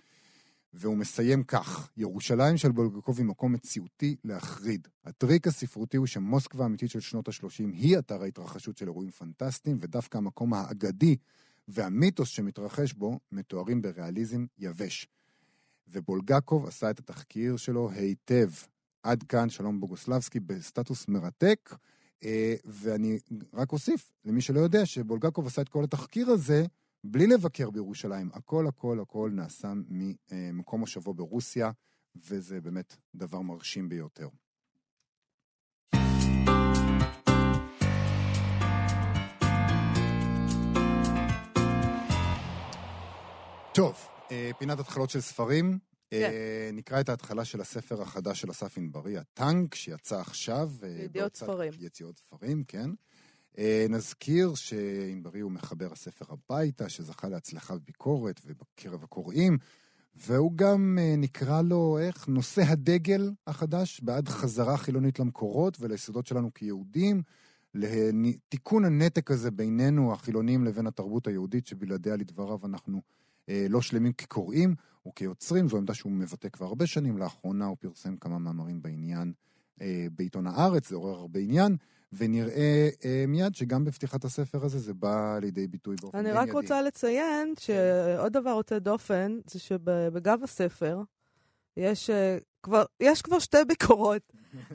והוא מסיים כך, ירושלים של בולגקוב היא מקום מציאותי להחריד. הטריק הספרותי הוא שמוסקבה האמיתית של שנות ה-שלושים היא אתר ההתרחשות של אירועים פנטסטיים, ודווקא המקום האגדי והמיתוס שמתרחש בו מתוארים בריאליזם יבש. ובולגקוב עשה את התחקיר שלו היטב. עד כאן שלום בוגוסלבסקי בסטטוס מרתק, ואני רק אוסיף למי שלא יודע שבולגקוב עשה את כל התחקיר הזה בלי לבקר בירושלים. הכל הכל הכל נעשה ממקום מושבו ברוסיה, וזה באמת דבר מרשים ביותר. טוב, פינת התחלות של ספרים. Yeah. נקרא את ההתחלה של הספר החדש של אסף ענברי, הטנק, שיצא עכשיו.
ידיעות ספרים.
ידיעות ספרים, כן. נזכיר שענברי הוא מחבר הספר הביתה, שזכה להצלחה בביקורת ובקרב הקוראים, והוא גם נקרא לו, איך, נושא הדגל החדש, בעד חזרה חילונית למקורות וליסודות שלנו כיהודים, לתיקון הנתק הזה בינינו, החילונים, לבין התרבות היהודית, שבלעדיה לדבריו אנחנו אה, לא שלמים כקוראים וכיוצרים. זו עמדה שהוא מבטא כבר הרבה שנים. לאחרונה הוא פרסם כמה מאמרים בעניין אה, בעיתון הארץ, זה עורר הרבה עניין, ונראה אה, מיד שגם בפתיחת הספר הזה זה בא לידי ביטוי באופן
אני
בין
רק
ידי.
רוצה לציין שעוד דבר רוצה דופן, זה שבגב הספר יש uh, כבר, יש כבר שתי ביקורות.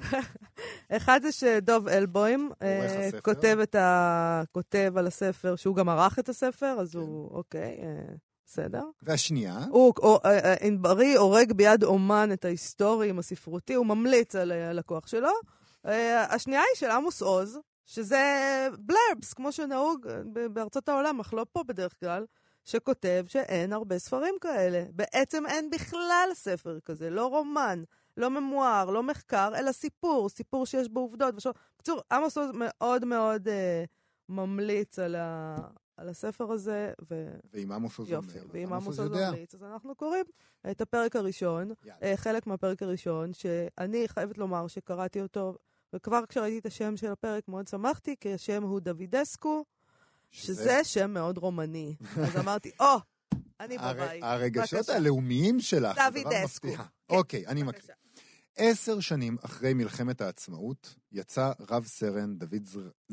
אחד זה שדוב אלבוים uh, כותב, את ה... כותב על הספר, שהוא גם ערך את הספר, אז כן. הוא, אוקיי, uh, בסדר.
והשנייה?
הוא, ענברי הורג ביד אומן את ההיסטורי עם הספרותי, הוא ממליץ על הלקוח שלו. Uh, השנייה היא של עמוס עוז, שזה בלרבס, כמו שנהוג בארצות העולם, אך לא פה בדרך כלל, שכותב שאין הרבה ספרים כאלה. בעצם אין בכלל ספר כזה, לא רומן, לא ממואר, לא מחקר, אלא סיפור, סיפור שיש בו עובדות. ושוב, בקצור, עמוס עוז מאוד מאוד אה, ממליץ על, ה, על הספר הזה. ו...
ואם עמוס עוז אומר,
ואם עמוס עוז ממליץ, אז אנחנו קוראים את הפרק הראשון, אה, חלק מהפרק הראשון, שאני חייבת לומר שקראתי אותו, וכבר כשראיתי את השם של הפרק מאוד שמחתי, כי השם הוא דוידסקו, שזה שם מאוד רומני. אז אמרתי, או, אני בבית.
הרגשות הלאומיים שלך,
דוידסקו.
אוקיי, אני מקריא. עשר שנים אחרי מלחמת העצמאות, יצא רב סרן דוד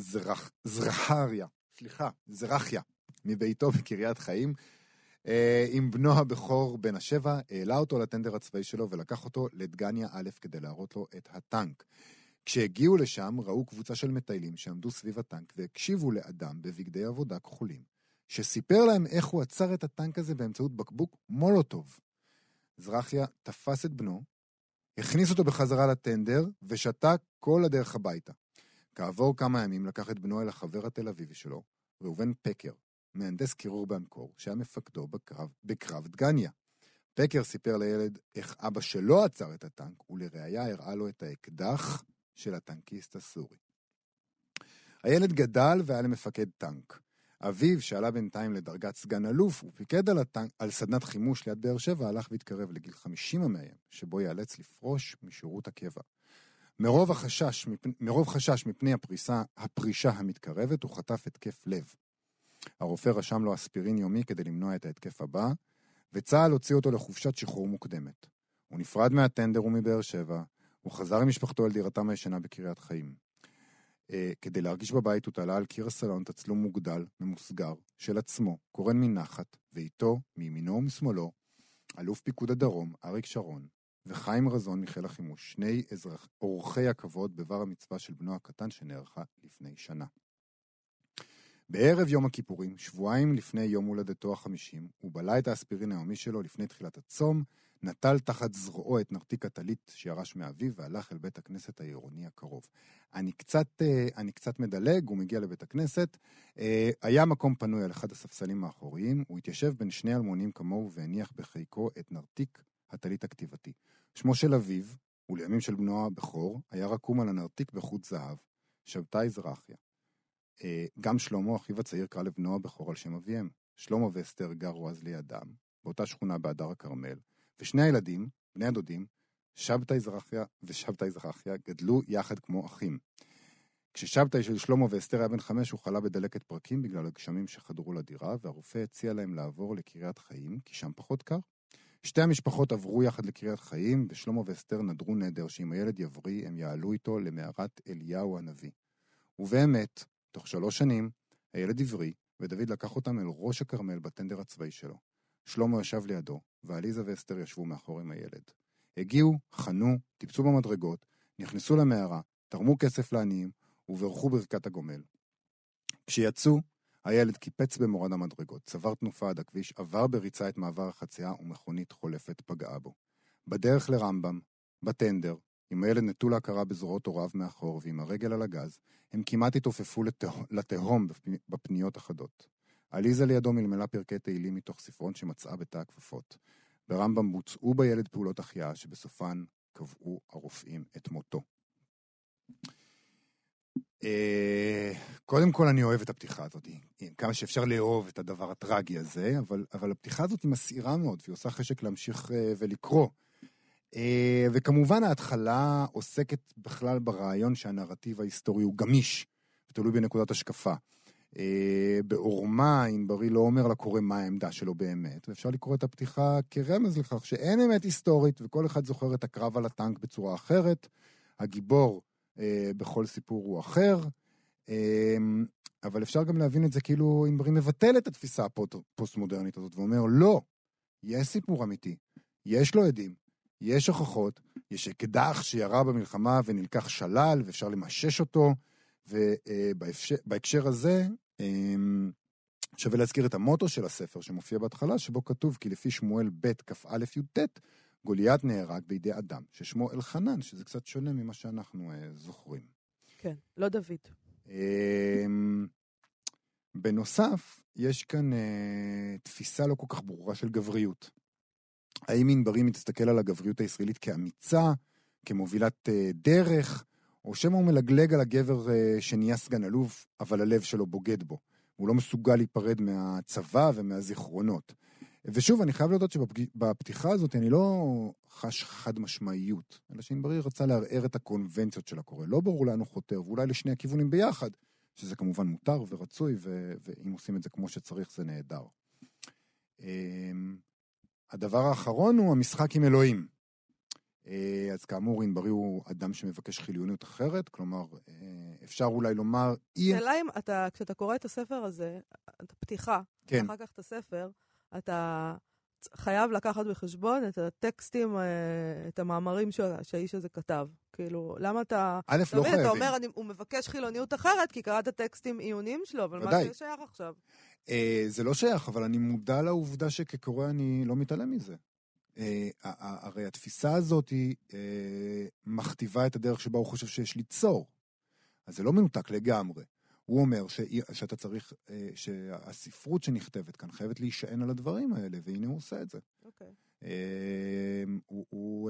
זרחיה, סליחה, זרחיה, מביתו בקריית חיים, עם בנו הבכור בן השבע, העלה אותו לטנדר הצבאי שלו ולקח אותו לדגניה א' כדי להראות לו את הטנק. כשהגיעו לשם, ראו קבוצה של מטיילים שעמדו סביב הטנק והקשיבו לאדם בבגדי עבודה כחולים, שסיפר להם איך הוא עצר את הטנק הזה באמצעות בקבוק מולוטוב. זרחיה תפס את בנו, הכניס אותו בחזרה לטנדר ושתה כל הדרך הביתה. כעבור כמה ימים לקח את בנו אל החבר התל אביבי שלו, ראובן פקר, מהנדס קירור באנקור, שהיה מפקדו בקרב, בקרב דגניה. פקר סיפר לילד איך אבא שלו עצר את הטנק, ולראיה הראה לו את האקדח של הטנקיסט הסורי. הילד גדל והיה למפקד טנק. אביו, שעלה בינתיים לדרגת סגן אלוף, הוא פיקד על, הטנק, על סדנת חימוש ליד באר שבע, הלך והתקרב לגיל חמישים המאיים, שבו ייאלץ לפרוש משירות הקבע. מרוב החשש, מרוב חשש מפני הפריסה, הפרישה המתקרבת, הוא חטף התקף לב. הרופא רשם לו אספירין יומי כדי למנוע את ההתקף הבא, וצה"ל הוציא אותו לחופשת שחרור מוקדמת. הוא נפרד מהטנדר ומבאר שבע, הוא חזר עם משפחתו אל דירתם הישנה בקריית חיים. אה, כדי להרגיש בבית הוא תעלה על קיר הסלון תצלום מוגדל, ממוסגר, של עצמו, קורן מנחת, ואיתו, מימינו ומשמאלו, אלוף פיקוד הדרום, אריק שרון, וחיים רזון מחיל החימוש, שני אזרח, אורחי הכבוד בבר המצווה של בנו הקטן שנערכה לפני שנה. בערב יום הכיפורים, שבועיים לפני יום הולדתו החמישים, הוא בלע את האספירין היומי שלו לפני תחילת הצום, נטל תחת זרועו את נרתיק הטלית שירש מאביו והלך אל בית הכנסת העירוני הקרוב. אני קצת, אני קצת מדלג, הוא מגיע לבית הכנסת, היה מקום פנוי על אחד הספסלים האחוריים, הוא התיישב בין שני אלמונים כמוהו והניח בחיקו את נרתיק הטלית הכתיבתי. שמו של אביו, ולימים של בנו הבכור, היה רקום על הנרתיק בחוט זהב, שבתאי זרחיה. גם שלמה, אחיו הצעיר, קרא לבנו הבכור על שם אביהם. שלמה ואסתר גרו אז לידם, באותה שכונה באדר הכרמל, ושני הילדים, בני הדודים, שבתאי זרחיה ושבתאי זרחיה, גדלו יחד כמו אחים. כששבתאי של שלמה ואסתר היה בן חמש, הוא חלה בדלקת פרקים בגלל הגשמים שחדרו לדירה, והרופא הציע להם לעבור לקריית חיים, כי שם פחות קר. שתי המשפחות עברו יחד לקריית חיים, ושלמה ואסתר נדרו נדר שאם הילד יבריא, הם יעלו איתו למערת אליהו הנביא. ובאמת, תוך שלוש שנים, הילד עברי, ודוד לקח אותם אל ראש הכרמל בטנדר הצבאי שלו. שלמה ישב לידו, ועליזה ואסתר ישבו מאחור עם הילד. הגיעו, חנו, טיפצו במדרגות, נכנסו למערה, תרמו כסף לעניים, וברכו ברכת הגומל. כשיצאו, הילד קיפץ במורד המדרגות, צבר תנופה עד הכביש, עבר בריצה את מעבר החצייה, ומכונית חולפת פגעה בו. בדרך לרמב"ם, בטנדר, עם הילד נטול ההכרה בזרועות הוריו מאחור, ועם הרגל על הגז, הם כמעט התעופפו לתה... לתהום בפניות אחדות. עליזה לידו מלמלה פרקי תהילים מתוך ספרון שמצאה בתא הכפפות. ברמב"ם בוצעו בילד פעולות החייאה שבסופן קבעו הרופאים את מותו. קודם כל אני אוהב את הפתיחה הזאת, כמה שאפשר לאהוב את הדבר הטרגי הזה, אבל, אבל הפתיחה הזאת היא מסעירה מאוד, והיא עושה חשק להמשיך ולקרוא. וכמובן ההתחלה עוסקת בכלל ברעיון שהנרטיב ההיסטורי הוא גמיש, ותלוי בנקודת השקפה. בעורמה, אם בריא לא אומר לקורא מה העמדה שלו באמת, ואפשר לקרוא את הפתיחה כרמז לכך שאין אמת היסטורית, וכל אחד זוכר את הקרב על הטנק בצורה אחרת, הגיבור בכל סיפור הוא אחר, אבל אפשר גם להבין את זה כאילו אם בריא מבטל את התפיסה הפוסט-מודרנית הזאת, ואומר לא, יש סיפור אמיתי, יש לו עדים, יש הוכחות, יש אקדח שירה במלחמה ונלקח שלל, ואפשר למשש אותו, ובהקשר הזה שווה להזכיר את המוטו של הספר שמופיע בהתחלה, שבו כתוב כי לפי שמואל ב' כ"א י"ט, גוליית נהרג בידי אדם, ששמו אלחנן, שזה קצת שונה ממה שאנחנו זוכרים.
כן, לא דוד.
בנוסף, יש כאן תפיסה לא כל כך ברורה של גבריות. האם ענברי מתסתכל על הגבריות הישראלית כאמיצה, כמובילת דרך, או שמה הוא מלגלג על הגבר שנהיה סגן אלוף, אבל הלב שלו בוגד בו. הוא לא מסוגל להיפרד מהצבא ומהזיכרונות. ושוב, אני חייב להודות שבפתיחה הזאת אני לא חש חד משמעיות, אלא שענברי רצה לערער את הקונבנציות של הקורא. לא ברור לאן הוא חותר, ואולי לשני הכיוונים ביחד, שזה כמובן מותר ורצוי, ו- ואם עושים את זה כמו שצריך זה נהדר. הדבר האחרון הוא המשחק עם אלוהים. אז כאמור, ענברי הוא אדם שמבקש חיליוניות אחרת, כלומר, אפשר אולי לומר...
שאלה אם אתה, כשאתה קורא את הספר הזה, את הפתיחה, כן. אחר כך את הספר, אתה חייב לקחת בחשבון את הטקסטים, את המאמרים שהאיש הזה כתב. כאילו, למה אתה...
א', לא חייבים.
אתה אומר, אני, הוא מבקש חילוניות אחרת, כי קראת טקסטים עיוניים שלו, אבל ודאי. מה זה שייך עכשיו?
זה לא שייך, אבל אני מודע לעובדה שכקורא אני לא מתעלם מזה. הרי התפיסה הזאת היא מכתיבה את הדרך שבה הוא חושב שיש ליצור. אז זה לא מנותק לגמרי. הוא אומר שאתה צריך, שהספרות שנכתבת כאן חייבת להישען על הדברים האלה, והנה הוא עושה את זה.
אוקיי.
הוא...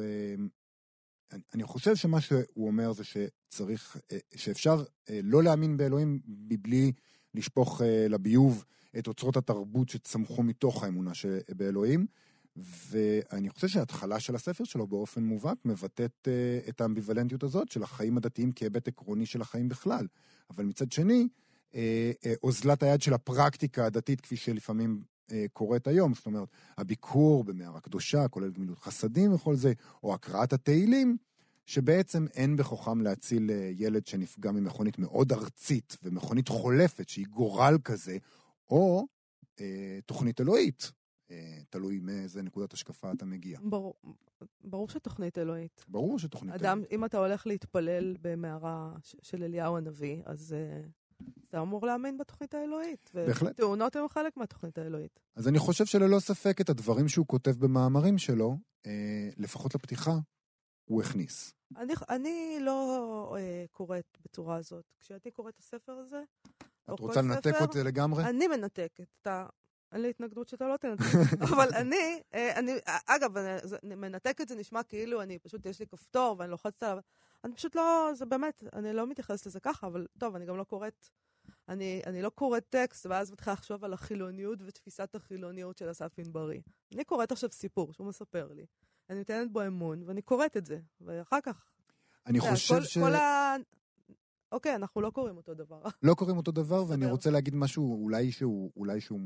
אני חושב שמה שהוא אומר זה שצריך, שאפשר לא להאמין באלוהים מבלי לשפוך לביוב את אוצרות התרבות שצמחו מתוך האמונה באלוהים, ואני חושב שההתחלה של הספר שלו באופן מובהק מבטאת את האמביוולנטיות הזאת של החיים הדתיים כהיבט עקרוני של החיים בכלל. אבל מצד שני, אוזלת היד של הפרקטיקה הדתית כפי שלפעמים קורית היום, זאת אומרת, הביקור במערה קדושה, כולל גמילות חסדים וכל זה, או הקראת התהילים, שבעצם אין בכוחם להציל ילד שנפגע ממכונית מאוד ארצית, ומכונית חולפת שהיא גורל כזה, או אה, תוכנית אלוהית. תלוי מאיזה נקודת השקפה אתה מגיע.
ברור, ברור שתוכנית אלוהית.
ברור שתוכנית
אדם,
אלוהית.
אם אתה הולך להתפלל במערה של אליהו הנביא, אז אתה אמור להאמין בתוכנית האלוהית.
בהחלט.
ותאונות הם חלק מהתוכנית האלוהית.
אז אני חושב שללא ספק את הדברים שהוא כותב במאמרים שלו, לפחות לפתיחה, הוא הכניס.
אני, אני לא קוראת בצורה הזאת. כשאני קוראת את הספר הזה,
את רוצה לנתק אותי לגמרי?
אני מנתקת. אתה... אין לי התנגדות שאתה לא תנתק. אבל אני, אני, אגב, מנתקת זה נשמע כאילו אני פשוט, יש לי כפתור ואני לוחצת עליו. אני פשוט לא, זה באמת, אני לא מתייחסת לזה ככה, אבל טוב, אני גם לא קוראת, אני, אני לא קוראת טקסט, ואז מתחילה לחשוב על החילוניות ותפיסת החילוניות של אסף ענברי. אני קוראת עכשיו סיפור שהוא מספר לי. אני נותנת בו אמון, ואני קוראת את זה. ואחר כך...
אני חושב ש...
כל ה... אוקיי, אנחנו לא קוראים אותו דבר.
לא קוראים אותו דבר, ואני רוצה להגיד משהו אולי שהוא, אולי שהוא,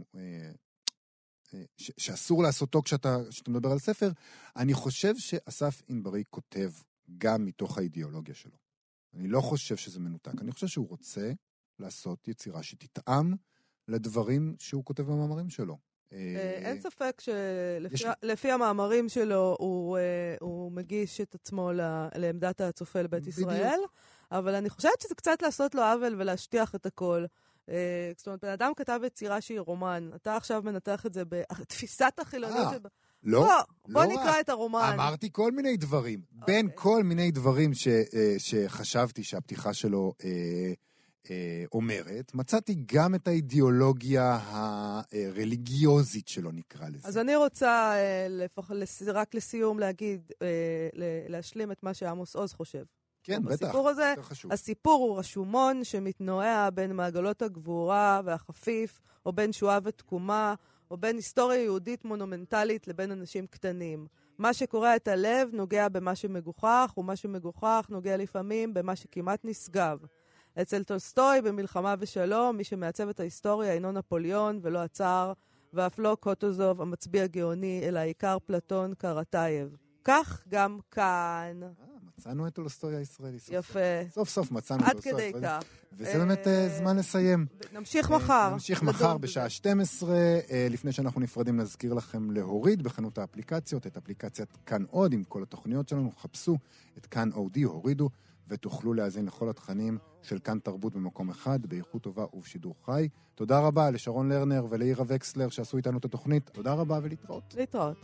שאסור לעשותו כשאתה, כשאתה מדבר על ספר. אני חושב שאסף ענברי כותב גם מתוך האידיאולוגיה שלו. אני לא חושב שזה מנותק. אני חושב שהוא רוצה לעשות יצירה שתתאם לדברים שהוא כותב במאמרים שלו.
אין ספק שלפי המאמרים שלו הוא מגיש את עצמו לעמדת הצופה לבית ישראל, אבל אני חושבת שזה קצת לעשות לו עוול ולהשטיח את הכל. זאת אומרת, בן אדם כתב יצירה שהיא רומן, אתה עכשיו מנתח את זה בתפיסת החילוניות.
לא,
בוא נקרא את הרומן.
אמרתי כל מיני דברים. בין כל מיני דברים שחשבתי שהפתיחה שלו אומרת, מצאתי גם את האידיאולוגיה הרליגיוזית שלו, נקרא לזה.
אז אני רוצה רק לסיום להגיד, להשלים את מה שעמוס עוז חושב.
כן, בטח.
בסיפור הזה,
יותר חשוב.
הסיפור הוא רשומון שמתנועע בין מעגלות הגבורה והחפיף, או בין שואה ותקומה, או בין היסטוריה יהודית מונומנטלית לבין אנשים קטנים. מה שקורע את הלב נוגע במה שמגוחך, ומה שמגוחך נוגע לפעמים במה שכמעט נשגב. אצל טולסטוי במלחמה ושלום, מי שמעצב את ההיסטוריה אינו נפוליאון ולא הצאר, ואף לא קוטוזוב המצביע גאוני, אלא העיקר פלטון קרטייב. כך גם כאן.
מצאנו את טולסטוי הישראלי.
יפה.
סוף סוף מצאנו את טולסטוי
הישראלי.
הישראלי.
עד כדי כך.
וזה באמת זמן לסיים.
נמשיך מחר.
נמשיך מחר בשעה שתים עשרה. לפני שאנחנו נפרדים, נזכיר לכם להוריד בחנות האפליקציות, את אפליקציית כאן עוד עם כל התוכניות שלנו. חפשו את כאן אודי, הורידו, ותוכלו להאזין לכל התכנים של כאן תרבות במקום אחד, באיכות טובה ובשידור חי. תודה רבה לשרון לרנר ולעירה וקסלר שעשו איתנו את התוכנית. תודה רבה ולהתראות.
להתראות.